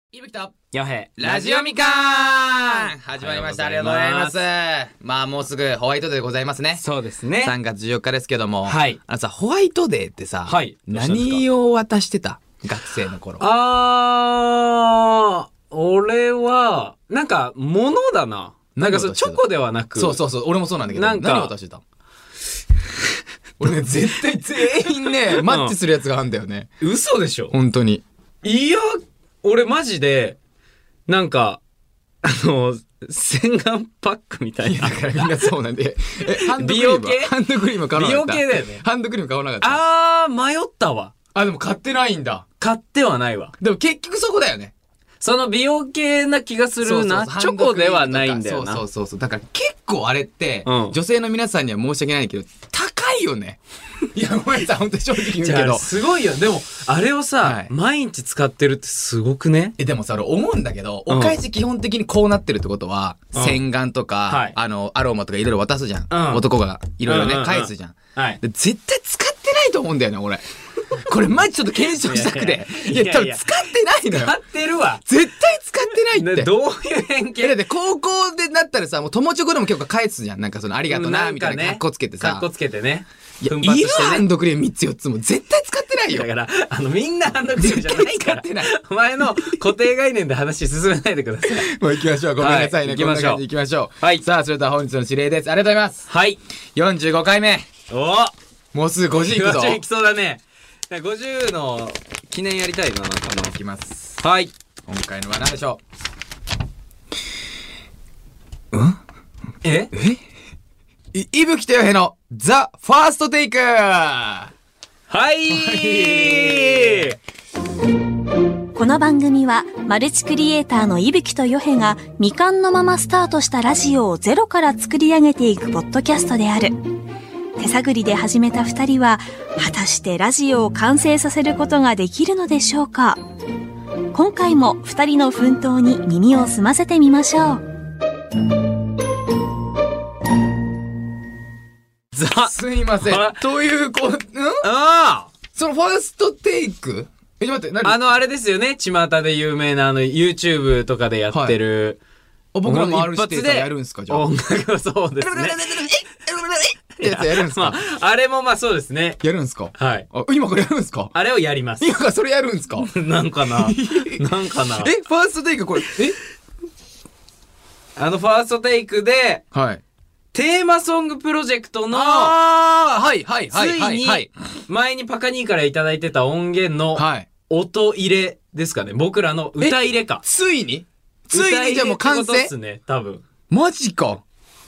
いぶきとよへラジオみかん始まりました。ありがとうございます。まあもうすぐホワイトデーでございますね。 そうですね。 3月14日ですけども、 はい。 さホワイトデーってさ、 はい、 何を渡してた？学生の頃。 俺はなんか物だな。なんかチョコではなく、 そう俺もそうなんだけど、何を渡してた？俺ね絶対全員ねマッチするやつがあるんだよね。 嘘でしょ？ 本当に。 いや俺マジでなんか洗顔パックみたいな。 だからみんなそうなんで。 美容系？ ハンドクリーム買わなかった。 美容系だよね。 ハンドクリーム買わなかった。 迷ったわ。 でも買ってないんだ。 買ってはないわ。 でも結局そこだよね。 その美容系な気がするな。チョコではないんだよな。 そう。だから結構あれって、女性の皆さんには申し訳ないけど、高いよね。いや、ごめんなさい、本当に正直言うけど。 すごいよ。でも、あれをさ、毎日使ってるってすごくね。 でもさ、俺思うんだけど、お返し基本的にこうなってるってことは、洗顔とか、アロマとかいろいろ渡すじゃん。男がいろいろね、返すじゃん。絶対使ってないと思うんだよね、俺。これマジちょっと検証したくて。いや、多分使ってないのよ。 使ってるわ。 絶対使ってないって。 どういう偏見？ だって高校でなったらさ、もう友チョコでも結構返すじゃん。なんかそのありがとな、みたいなカッコつけてさ。 カッコつけてね。 いるハンドクリーム3つ4つも絶対使ってないよ。 だからみんなハンドクリームじゃないから。お前の固定概念で話進めないでください。 もう行きましょう。ごめんなさいね。 行きましょう。 行きましょう。はい。さあ、それでは本日の指令です。ありがとうございます。 はい。 45回目。もうすぐ50いくぞ。 50いきそうだね。50の記念やりたいな、なんかな。 いきます。 はい。 今回のは何でしょう？いぶきとよへのザ・ファーストテイク。はい。 この番組はマルチクリエイターのいぶきとよへが未完のままスタートしたラジオをゼロから作り上げていくポッドキャストである。手探りで始めた2人は果たしてラジオを完成させることができるのでしょうか。今回も2人の奮闘に耳を澄ませてみましょう。 すいません。というそのファーストテイク？待って、何？ あれですよね。巷で有名なYouTube とかでやってる。 僕らも R 指定さやるんすか？じゃあ。 音楽はそうですね。 やつやるんすか？ あれもまあそうですね。 やるんすか？ はい。 今からやるんすか？ あれをやります。 今からそれやるんすか？ なんかな。 ファーストテイクこれ、ファーストテイクで、 はい。 テーマソングプロジェクトの、 はい。 ついに、前にパカニーからいただいてた音源の、音入れですかね。僕らの歌入れか。 ついにじゃあもう完成？ ですね、多分。 マジか。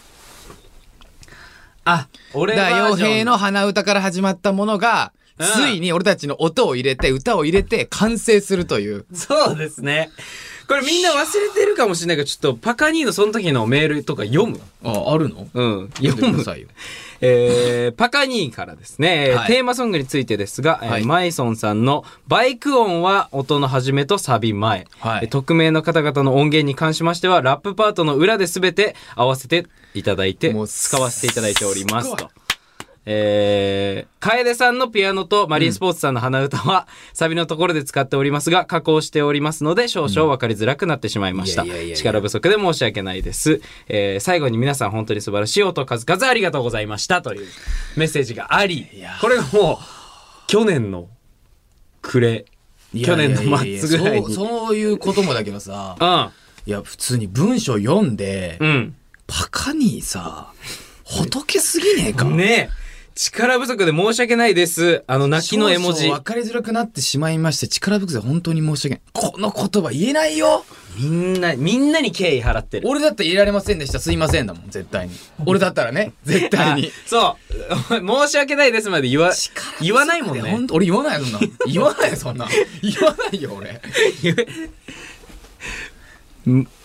俺バージョン。 洋平の鼻歌から始まったものが、ついに俺たちの音を入れて、歌を入れて完成するという。 そうですね。これみんな忘れてるかもしれないけど、ちょっとパカニーのその時のメールとか読む？ あるの？ 読んでくださいよ。パカニーからですね、テーマソングについてですが、マイソンさんのバイク音は音の始めとサビ前、匿名の方々の音源に関しましてはラップパートの裏で全て合わせていただいて使わせていただいておりますと。楓さんのピアノとマリンスポーツさんの鼻歌はサビのところで使っておりますが加工しておりますので少々分かりづらくなってしまいました。力不足で申し訳ないです。最後に皆さん本当に素晴らしい音数々ありがとうございましたというメッセージがあり、これがもう去年の暮れ、去年の末ぐらいにそういうこともだけどさ、いや普通に文章読んで、パカニーさ仏すぎねえかねえ。力不足で申し訳ないです。泣きの絵文字。 分かりづらくなってしまいまして、力不足で本当に申し訳ない。この言葉言えないよ。 みんなに敬意払ってる。 俺だったら入れられませんでした。すいませんだもん、絶対に。俺だったらね、絶対に。 そう。申し訳ないですまで言わないもんね。 俺言わないよ、そんな。言わないよ、そんな。言わないよ、俺。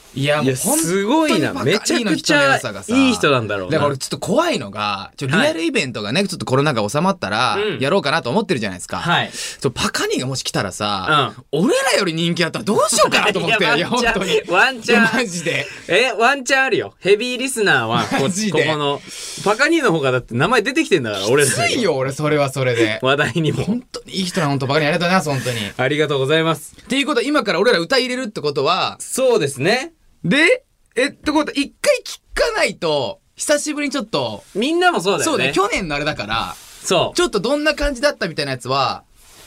いやもうすごいな。めちゃくちゃいい人なんだろうな。 だから俺ちょっと怖いのが、リアルイベントがね、ちょっとコロナが収まったら、やろうかなと思ってるじゃないですか。はい。パカニがもし来たらさ、俺らより人気あったらどうしようかなと思って。いや、本当に。 ワンチャン。 マジで。 ワンチャンあるよ。ヘビーリスナーは、ここの、パカニの方がだって名前出てきてんだから、俺ら。 きついよ、俺、それはそれで。 話題にも。 本当にいい人な、本当パカニありがとうございます、本当に。 ありがとうございます。 っていうことは、今から俺ら歌入れるってことは、 そうですね。 で、ってことは、一回聞かないと、久しぶりにちょっと。 みんなもそうだよね。 そうね、去年のあれだから、 そう。 ちょっとどんな感じだったみたいなやつは、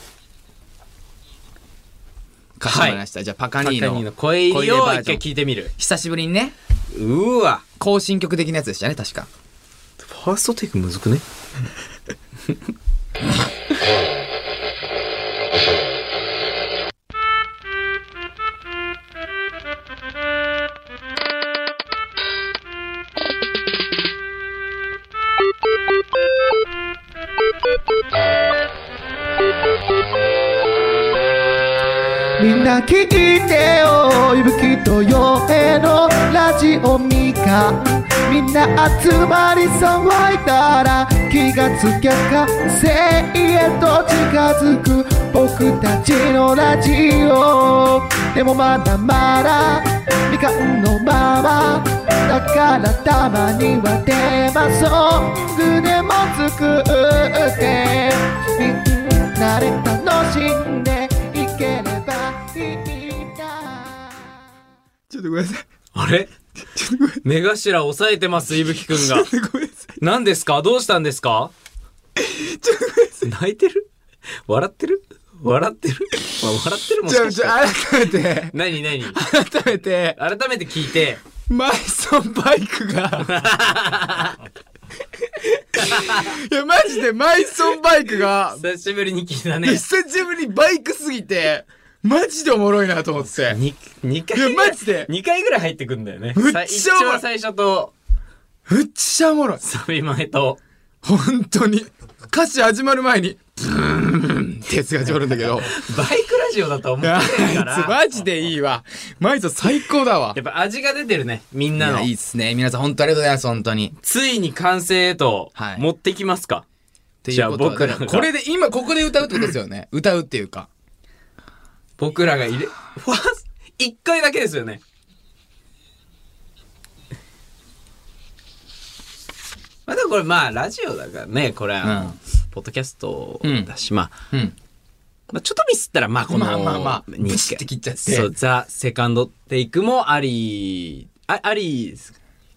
貸してもらいました。はい、じゃあ、パカニーの声入りを一回聞いてみる。 久しぶりにね。 うわ。 更新曲的なやつでしたね、確か。 ファーストテイクむずくねみんな聞いてよ、いぶきとよへのラジオみかん。みんな集まり騒いだら気がつきゃ完成へと近づく僕たちのラジオ。でもまだまだみかんのままだからたまにはテーマソングでも作ってみんなで楽しんでいければいいな。 ちょっとごめんなさい。 あれ目頭押さえてます、いぶきくんが。何ですか？どうしたんですか？泣いてる？笑ってる？笑ってる？笑ってるもん。 改めて。 何改めて聞いて。 マイソンバイクが。いや、マジでマイソンバイクが。 久しぶりに聞いたね。 久しぶりにバイクすぎて。マジでおもろいなと思って。 2回。 いや、マジで。 2回ぐらい入ってくんだよね。 むっちゃおもろい。 一番最初と、 むっちゃおもろい。 サビ前と。 本当に。歌詞始まる前に、ブーンってやつが始まるんだけど。 バイクラジオだと思ってないから。 マジでいいわ。マイソン最高だわ。 やっぱ味が出てるね、みんなの。 いいっすね。皆さん本当ありがとうございます、本当に。 ついに完成へと、持ってきますか。 じゃあ僕ら。これで、今ここで歌うってことですよね。歌うっていうか。 僕らが1回だけですよね。まあでもこれまあラジオだからね、これポッドキャストだし、まあちょっとミスったらまあこのブチって切っちゃって、 そうザ・セカンドテイクもありです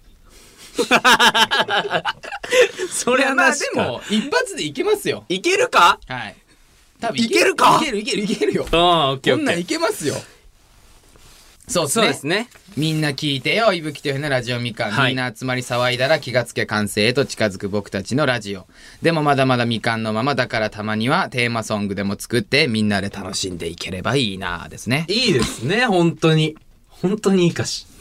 それはまあでも一発でいけますよ。 いけるか？ はい。 多分いけるか？ いけるよ。 こんなんいけますよ。そうですね。みんな聞いてよ、いぶきというのラジオみかん。みんな集まり騒いだら気がつけ完成へと近づく僕たちのラジオ。でもまだまだみかんのままだからたまにはテーマソングでも作ってみんなで楽しんでいければいいなですね。 いいですね、本当に。本当にいい歌詞。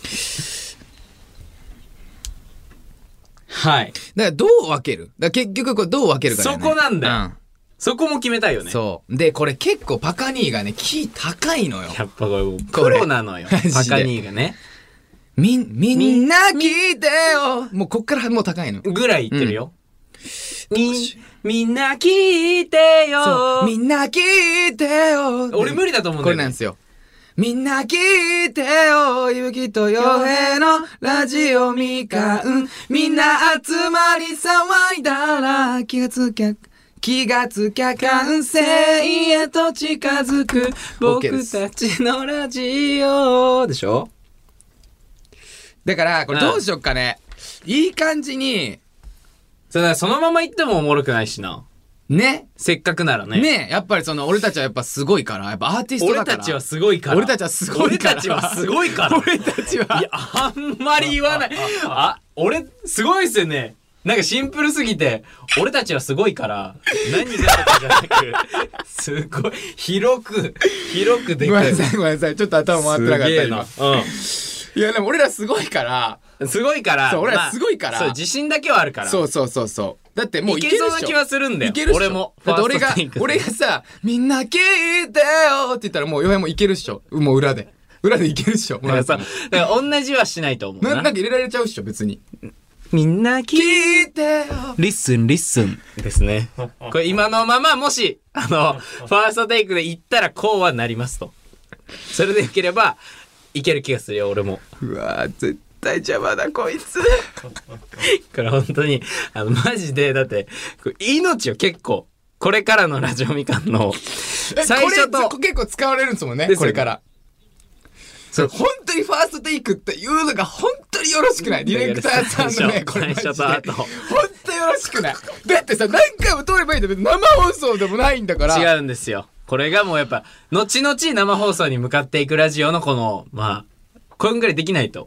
はい。 だからどう分ける？だから結局これどう分けるかだよね。 そこなんだよ。そこも決めたいよね。 そう。で、これ結構パカニーがね、キー高いのよ。 やっぱこれ、プロなのよ。パカニーがね。 みんな聞いてよ。もうこっからもう高いの。 ぐらい言ってるよ。みんな聞いてよ。 そう。みんな聞いてよ。 俺無理だと思うんだよ。 これなんですよ。みんな聞いてよ。ゆきとよへのラジオみかん。みんな集まり騒いだら気がつきゃ完成へと近づく僕たちのラジオでしょ。だからこれどうしよっかね。いい感じにそのまま言ってもおもろくないしな。 ね。 せっかくならね。 ね。やっぱり俺たちはやっぱすごいから。やっぱアーティストだから。 俺たちはすごいから。 俺たちはすごいから。 いや、あんまり言わない。俺、すごいっすよね。なんかシンプルすぎて、俺たちはすごいから、何がとかじゃなく、すごい、広くでかい。 ごめんなさい。ちょっと頭回ってなかった今。いや、でも俺らすごいから。 そう、 俺らすごいから。 そう、自信だけはあるから。 そう。だってもういけるっしょ。 いけそうな気はするんだよ。 いけるっしょ。 俺も。 だって俺がさ、みんな聞いてよって言ったらもう、よへもいけるっしょ。もう裏で。 裏でいけるっしょ。 だから同じはしないと思うな。 なんか入れられちゃうっしょ、別に。 みんな聞いてよ。 リッスンですね。これ今のままもし、ファーストテイクで言ったらこうはなりますと。それでよければ、いける気がするよ、俺も。 うわぁ、絶対邪魔だ、こいつ。 これ本当に、マジで、だって、命よ、結構。これからのラジオみかんの、最初と。 これ結構使われるんですもんね、これから。それ本当にファーストテイクっていうのが本当によろしくない。ディレクターさんのね、これマジで本当よろしくない。だってさ、何回も通ればいいんだけど、生放送でもないんだから。 違うんですよ。これがもうやっぱ後々生放送に向かっていくラジオのこのまあこんぐらいできないと。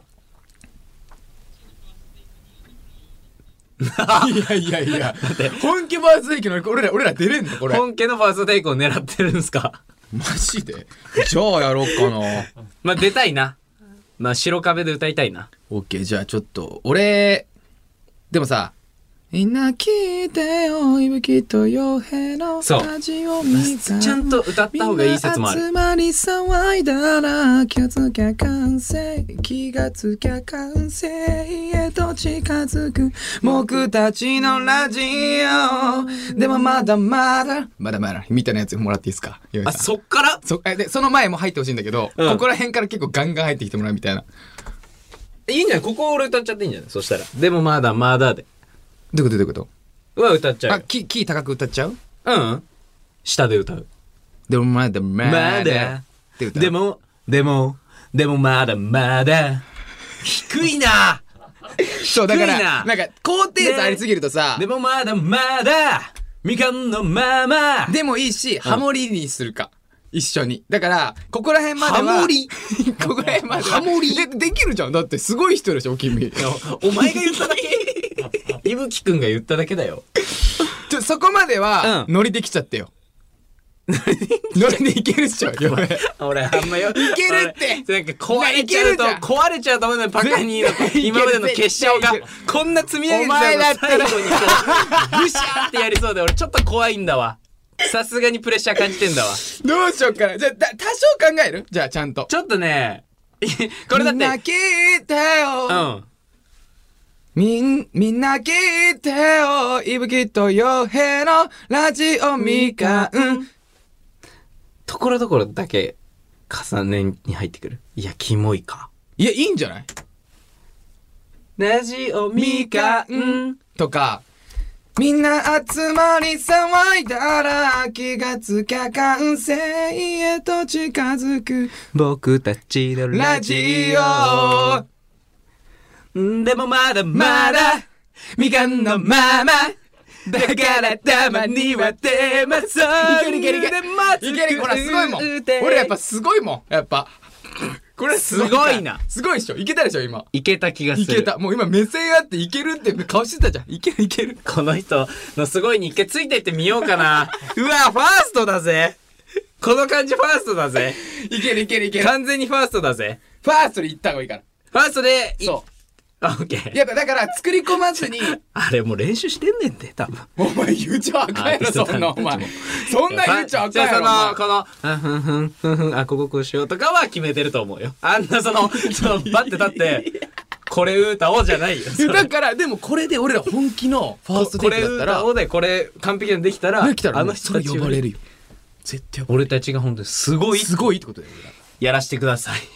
いや本気ファーストテイクの俺ら出れんのこれ。 本家のファーストテイクを狙ってるんですか。 マジで。じゃあやろうかな。 まあ出たいな。まあ白壁で歌いたいな。 オッケー、じゃあちょっと俺でもさ、みんな聞いてよ、いぶきとよへのラジオみかん。 ちゃんと歌った方がいい説もある。 集まり騒いだら気がつきゃ完成、気がつきゃ完成へと近づく僕たちのラジオ。でもまだみたいなやつもらっていいですか。 あ、そっからでその前も入ってほしいんだけど、ここら辺から結構ガンガン入ってきてもらうみたいな。 いいんじゃない。ここ俺歌っちゃっていいんじゃない。そしたらでもまだでどういうことは歌っちゃう。 あ、キー高く歌っちゃう？ うん。下で歌う。 でもまだって歌う。 でもまだ低いな。 そうだからなんか高低差ありすぎるとさ、でもまだみかんのままでもいいし、ハモリにするか一緒に。だからここら辺まではハモリここら辺まではハモリできるじゃん。だってすごい人でしょ君。 お前が言っただけ。いぶきくんが言っただけだよ。 そこまではノリできちゃってよ。ノリでいけるっしょ。 俺あんまよ。いけるって。 なんか壊れちゃうと思うのよ。パカニーの今までの決勝がこんな積み上げてたの最後にこうブシャーってやりそうで俺ちょっと怖いんだわ。さすがにプレッシャー感じてんだわ。 どうしよっかな。じゃあ多少考える？じゃあちゃんと。 ちょっとね。これだって。みんな聞いてよ。みんな聞いてよ、いぶきとよへのラジオみかん。 ところどころだけ重ねに入ってくる。いや、キモいか。 いや、いいんじゃない？ ラジオみかんとか、みんな集まり騒いだら気がつきゃ完成へと近づく僕たちのラジオ。でもまだみかんのままだからたまにはテーマソングで待つ。 ほらすごいもん。俺やっぱすごいもん。やっぱこれすごいな。すごいでしょ。いけたでしょ今。 いけた気がする。 いけた。もう今目線あっていけるって顔してたじゃん。いける。 この人のすごいに一回ついていってみようかな。うわファーストだぜ。この感じファーストだぜ。 いける。 完全にファーストだぜ。 ファーストで行った方がいいから。 ファーストでそう。 オッケー。 やっぱだから作り込まずにあれもう練習してんねんて多分。 お前言うちゃあかんやろそんなお前。そんな言うちゃあかんやろ。 このこここうしようとかは決めてると思うよ。あんなそのバッて立ってこれ歌おうじゃないよ。 だからでもこれで俺ら本気のファーストテイクだったらこれ歌おうでこれ完璧にできたらあの人たち呼ばれるよ。絶対俺たちが本当にすごいってことだよ。 やらしてください。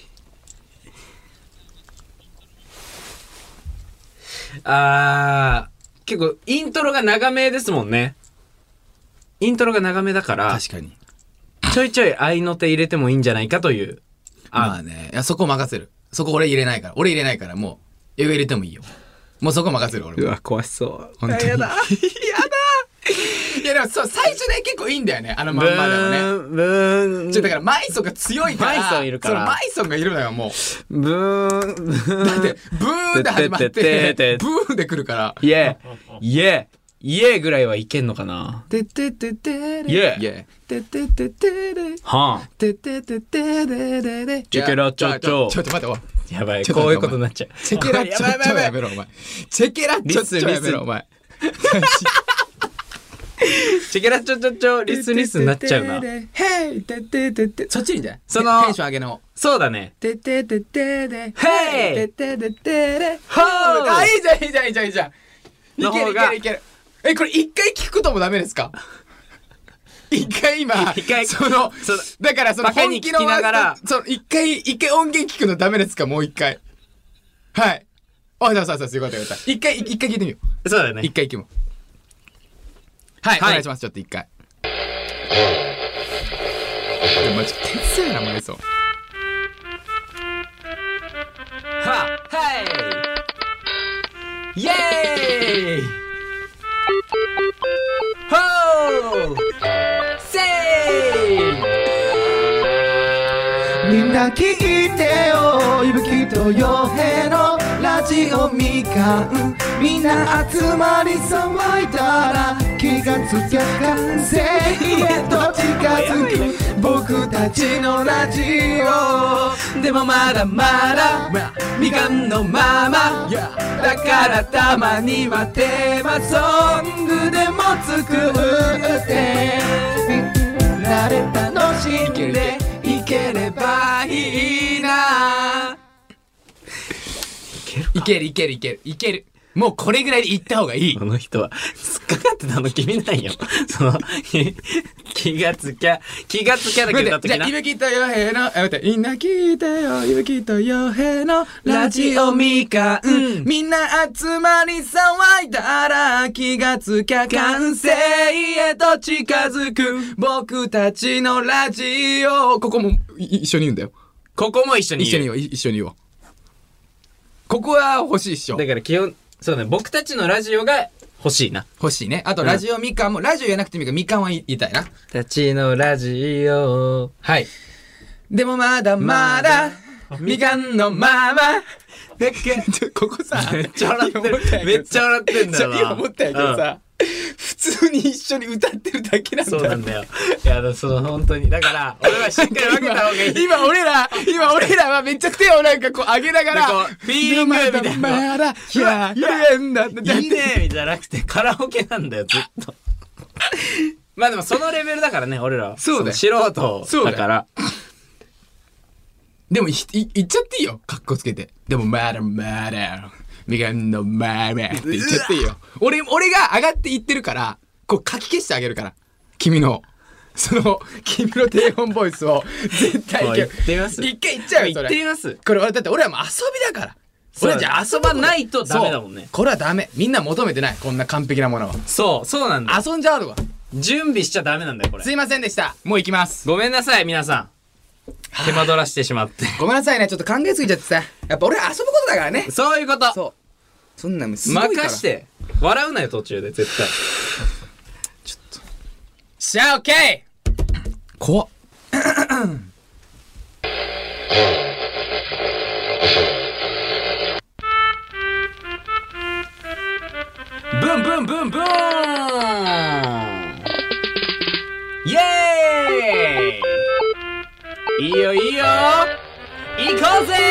結構イントロが長めですもんね。イントロが長めだから確かにちょいちょい合いの手入れてもいいんじゃないかという。 まあね、いやそこ任せる。そこ俺入れないからもう入れてもいいよ。もうそこ任せる俺も。 うわ怖そう。 本当にやだいやでもそう最初ね結構いいんだよねあのまんまでもね。だからマイソンが強いから。 マイソンいるから。 マイソンがいるのよもう。 ブーンだってブーンで始まってブーンで来るから。 イエーぐらいはいけんのかな。 ててててイエーててててれはんててててれれれチェケラチョチョ。 ちょっと待っておい。 やばいこういうことになっちゃう。 チェケラチョチョやめろお前。チェケラチョチョやめろお前。 チケラチョチョチョリスリスになっちゃうな。 ヘイてててて、そっちにいいんじゃない？ そのテンション上げの。 そうだね。 ててててで、 ヘイててててで、 ほー。 あ、いいじゃんいいじゃんいいじゃんいいじゃん。 の方がいける。これ一回聞くこともダメですか？一回今、だからそのバカに聞きながら、 一回音源聞くのダメですか？もう一回。はい。あ、そう、よかった。一回聞いてみよう。そうだよね。 一回行きも。はい、お願いします、ちょっと一回。でもちょっと天才な、もうそう。 イエーイほーせーみんな聞いてよ、いぶきとよへのラジオみかん。みんな集まり騒いだら気がつきゃ完成へと近づく僕たちのラジオ。でもまだまだみかんのままだからたまにはテーマソングでも作ってみんなで楽しんでいければいいな。 いける。もうこれぐらいで言った方がいい。 この人は突っかかってたの君なんよ。その気がつきゃだけどじゃあいぶきとよへのみんな聞いてよ、いぶきとよへのラジオみかん。みんな集まり騒いだら気がつきゃ完成へと近づく僕たちのラジオ。ここも一緒に言うんだよ。 ここも一緒に言う。 一緒に言おう。ここは欲しいっしょ。 だから基本そうね、僕たちのラジオが欲しいな。 欲しいね。あとラジオみかんも、ラジオじゃなくてみかんは言いたいな。 たちのラジオ。 はい。でもまだまだみかんのままここさ、 めっちゃ笑ってる。めっちゃ笑ってんだよな。 今思ったけどさ、普通に一緒に歌ってるだけなんだよ。 そうなんだよ。いや、その本当に。だから、俺はしっかり分けた方がいい。 今俺らはめっちゃ手をなんかこう上げながら、 フィーリングみたいな。 まだ、いいねみたいなくて、カラオケなんだよ、ずっと。まあでもそのレベルだからね、俺らは。 そうだよ。 素人だから。 でも言っちゃっていいよ。かっこつけて。でもまだみかんのままって言っちゃっていいよ。俺が上がって言ってるから、こう書き消してあげるから。君の低音ボイスを絶対言ってみます。 一回言っちゃうよ、それ。 言ってみます。 これだって俺はもう遊びだから。 俺じゃ遊ばないとダメだもんね。 これはダメ。みんな求めてない。こんな完璧なものは。 そうなんだ。 遊んじゃうのか。 準備しちゃダメなんだよ、これ。 すいませんでした。もう行きます。 ごめんなさい、皆さん。手間取らしてしまって。 ごめんなさいね。ちょっと考えすぎちゃってさ。やっぱ俺遊ぶことだからね。 そういうこと。 そう。そんなのすごいから。 任して。笑うなよ、途中で、絶対。 ちょっと。しゃあ、オッケー。怖っ。 ブンブンブンブーンイエーイいいよいいよ行こうぜ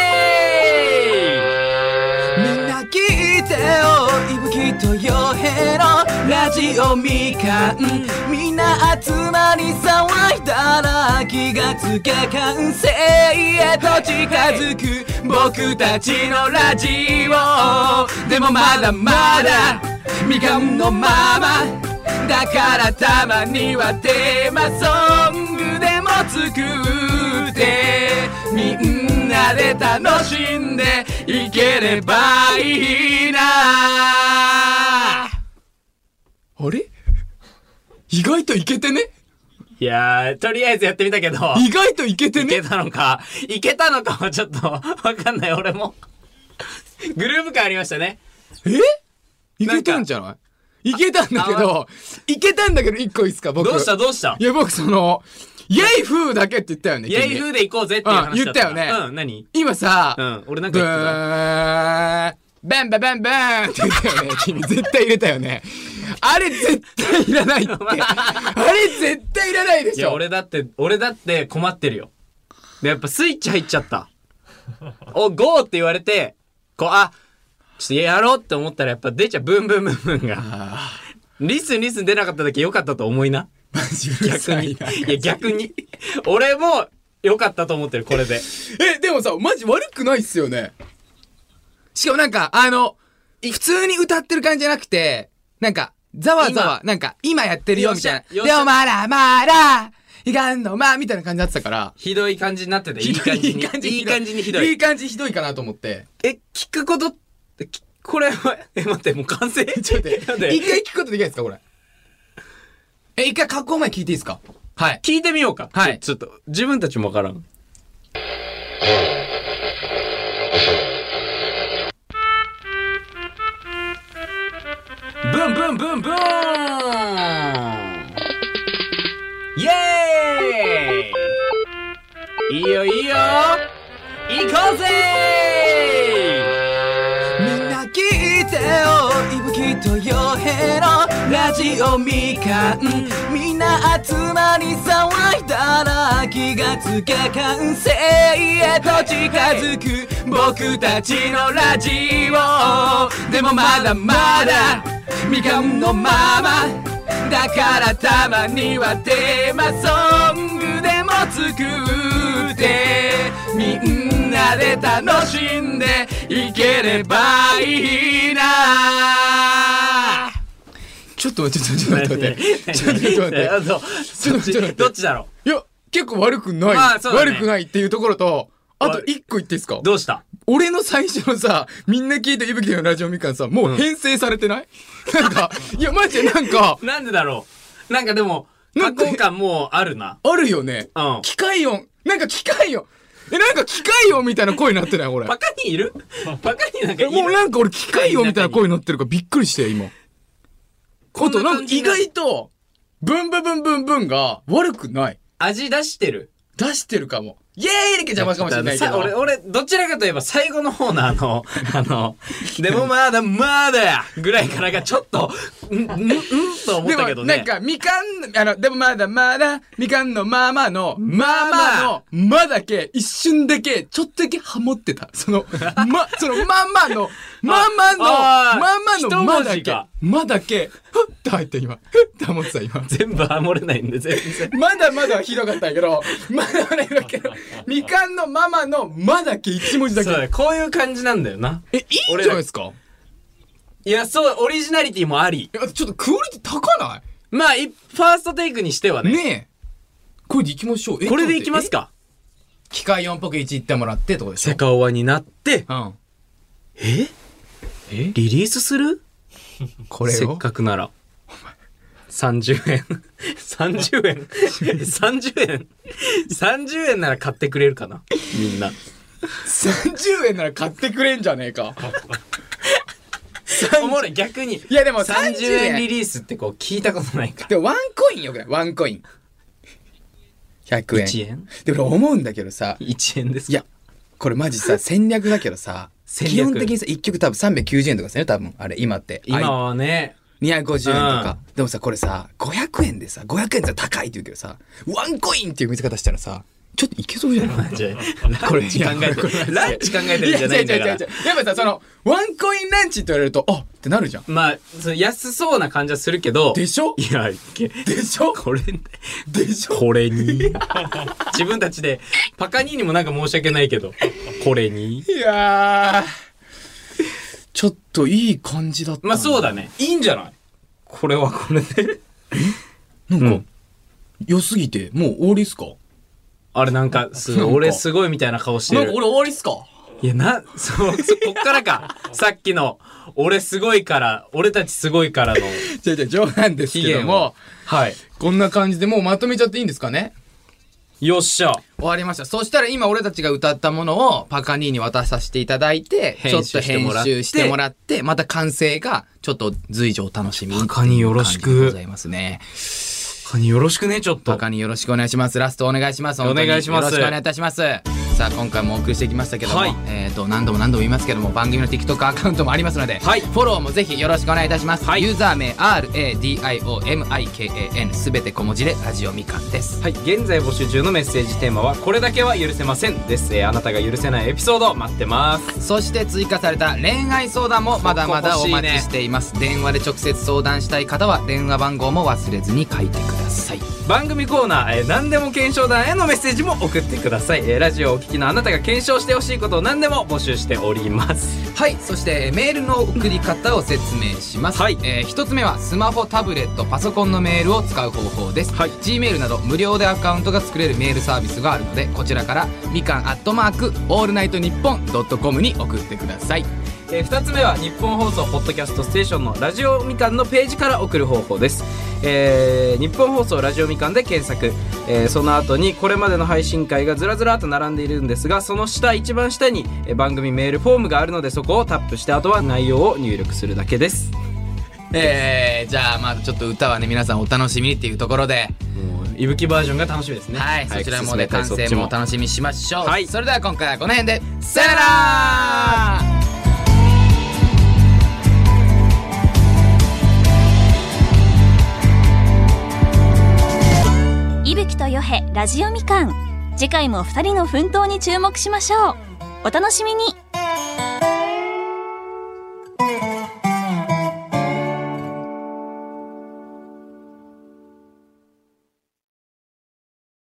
みんな聞いてよいぶきとよへのラジオみかんみんな集まり騒いだら気がつけ完成へと近づく僕たちのラジオでもまだまだみかんのままだからたまにはテーマソングでも作ってみんなで楽しんでいければいいなあれ意外といけてねいやー、とりあえずやってみたけど意外といけてねいけたのかはちょっとわかんない俺もグルーヴ感ありましたねいけたんじゃないいけたんだけど一個いいっすか僕どうしたいや僕イェイフーだけって言ったよねイェイフーで行こうぜっていう話だった言ったよね何今さ俺なんか言ってたバンババンバンって言ったよね君絶対入れたよねあれ絶対いらないってあれ絶対いらないでしょいや俺だって困ってるよでやっぱスイッチ入っちゃったゴーって言われてこうちょっとやろうって思ったらやっぱ出ちゃうブンブンブンブンがリスン出なかっただけ良かったと思いな。 マジ逆に。いや、逆に。俺も良かったと思ってる、これで。 でもさ、マジ悪くないっすよね。しかもなんか、普通に歌ってる感じじゃなくて、なんか、ざわざわ、なんか、今やってるよ、みたいな。でもまだまだ、いかんのまあ、みたいな感じになってたから。 ひどい感じになってて、いい感じに。いい感じにひどい。 いい感じひどいかなと思って。 聞くことって、これは、待って、もう完成ちょっと待って。一回聞くことできないですか、これ。一回格好前聞いていいですか？はい。 聞いてみようか。 はい。 ちょっと、自分たちもわからん。ブンブンブンブーンイエーイいいよいいよ行こうぜみんな聞いてよいぶきとよへのラジオみかんみんな集まり騒いだら気がつけ完成へと近づく僕たちのラジオでもまだまだみかんのままだからたまにはテーマソングでも作ってみんなで楽しんでいければいいなちょっと待ってちょっと待ってどっちだろういや結構悪くない、悪くないっていうところとあと一個言っていいですかどうした俺の最初のさ、みんな聞いたいぶきのラジオみかんさ、もう編成されてない、なんか、いやマジでなんか。 なんでだろうなんかでも、加工感もうあるな。 あるよね。 うん。 機械音。なんか機械音。なんか機械音みたいな声になってない俺。 バカにいるバカになんかいるもうなんか俺機械音みたいな声になってるからびっくりして今。あとなんか意外と、ブンブンブンブンブンが悪くない。 味出してる出してるかも。イエーイだけ邪魔かもしれないけど。 俺、どちらかといえば最後の方のでもまだまだぐらいからがちょっと、と思ったけどね。 なんか、みかん、でもまだまだ、みかんのままの、まだけ、一瞬だけ、ちょっとだけハモってた。そのまの、まだけ、まだけ、ふっと入って今、ふっとハモってた今。 全部ハモれないんで、全然。 まだまだはひどかったんやけど、まだまだひどかったけど、みかんのママのまだけ一文字だけ。 そうだ、こういう感じなんだよな。 いいんじゃないですか？ いや、そう、オリジナリティもあり。 ちょっとクオリティ高ない？ まあ、ファーストテイクにしてはね。 ねえ。これでいきましょう。 これでいきますか？ 機械音っぽく1言ってもらってってことでしょ？ セカオワになって、 うん。 リリースする？ これをせっかくなら。30円。30円。30円。30円なら買ってくれるかなみんな。 30円なら買ってくれんじゃねえか。 おもろい、逆に。 いやでも 30円リリースってこう聞いたことないから。 でもワンコインよ、これ。ワンコイン。100円。 1円でも俺思うんだけどさ。 1円ですか？ いや、これマジさ、戦略だけどさ、基本的にさ、1曲多分390円とかですよね、多分。あれ、今って。 今はね。 250円とか。でもさ、これさ、500円でさ、500円って高いって言うけどさ、ワンコインっていう見せ方したらさ、ちょっといけそうじゃない？ これランチ考えてる。ランチ考えてるんじゃないんだから。 やっぱさ、その、ワンコインランチって言われると、あってなるじゃん。 まあ、安そうな感じはするけど。 でしょ？ いや、 でしょ？ これ、 でしょ？ これに。自分たちで、パカニーにもなんか申し訳ないけど、これに。 いやー。ちょっといい感じだった。 まあそうだね。いいんじゃない？これはこれで。 なんか、良すぎて、もう終わりっすか？ あれなんか、俺すごいみたいな顔してる。 なんか俺終わりっすか？ いや、こっからか。さっきの、俺すごいから、俺たちすごいからの。 冗談ですけども、 はい。 こんな感じでもうまとめちゃっていいんですかね？ よっしゃ。 終わりました。そしたら今俺たちが歌ったものをパカニーに渡させていただいて、ちょっと編集してもらって、また完成がちょっと随時お楽しみに。 パカニーよろしく。 ございますね。 パカニーよろしくね、ちょっと。 パカニーよろしくお願いします。ラストお願いします。 お願いします。 よろしくお願いいたします。 さあ今回もお送りしてきましたけども、何度も言いますけども、番組の TikTok アカウントもありますので、フォローもぜひよろしくお願いいたします。ユーザー名 RADIOMIKAN すべて小文字でラジオみかんです。 現在募集中のメッセージテーマはこれだけは許せませんです。あなたが許せないエピソード待ってます。 そして追加された恋愛相談もまだまだお待ちしています。電話で直接相談したい方は電話番号も忘れずに書いてください。 番組コーナー、何でも検証団へのメッセージも送ってください。ラジオをお聞きのあなたが検証してほしいことを何でも募集しております。 そしてメールの送り方を説明します。一つ目はスマホ、タブレット、パソコンのメールを使う方法です。Gmail など無料でアカウントが作れるメールサービスがあるので、こちらからみかん@allnightnippon.com に送ってください。 2つ目は日本放送ポッドキャストステーションのラジオみかんのページから送る方法です。日本放送ラジオみかんで検索、その後にこれまでの配信回がずらずらと並んでいるんですが、その一番下に番組メールフォームがあるので、そこをタップしてあとは内容を入力するだけです。 じゃあまずちょっと歌はね、皆さんお楽しみにっていうところで、 いぶきバージョンが楽しみですね。 そちらもね、完成も楽しみにしましょう。それでは今回はこの辺でさよなら。 いぶきとよへラジオみかん、次回も2人の奮闘に注目しましょう。お楽しみに。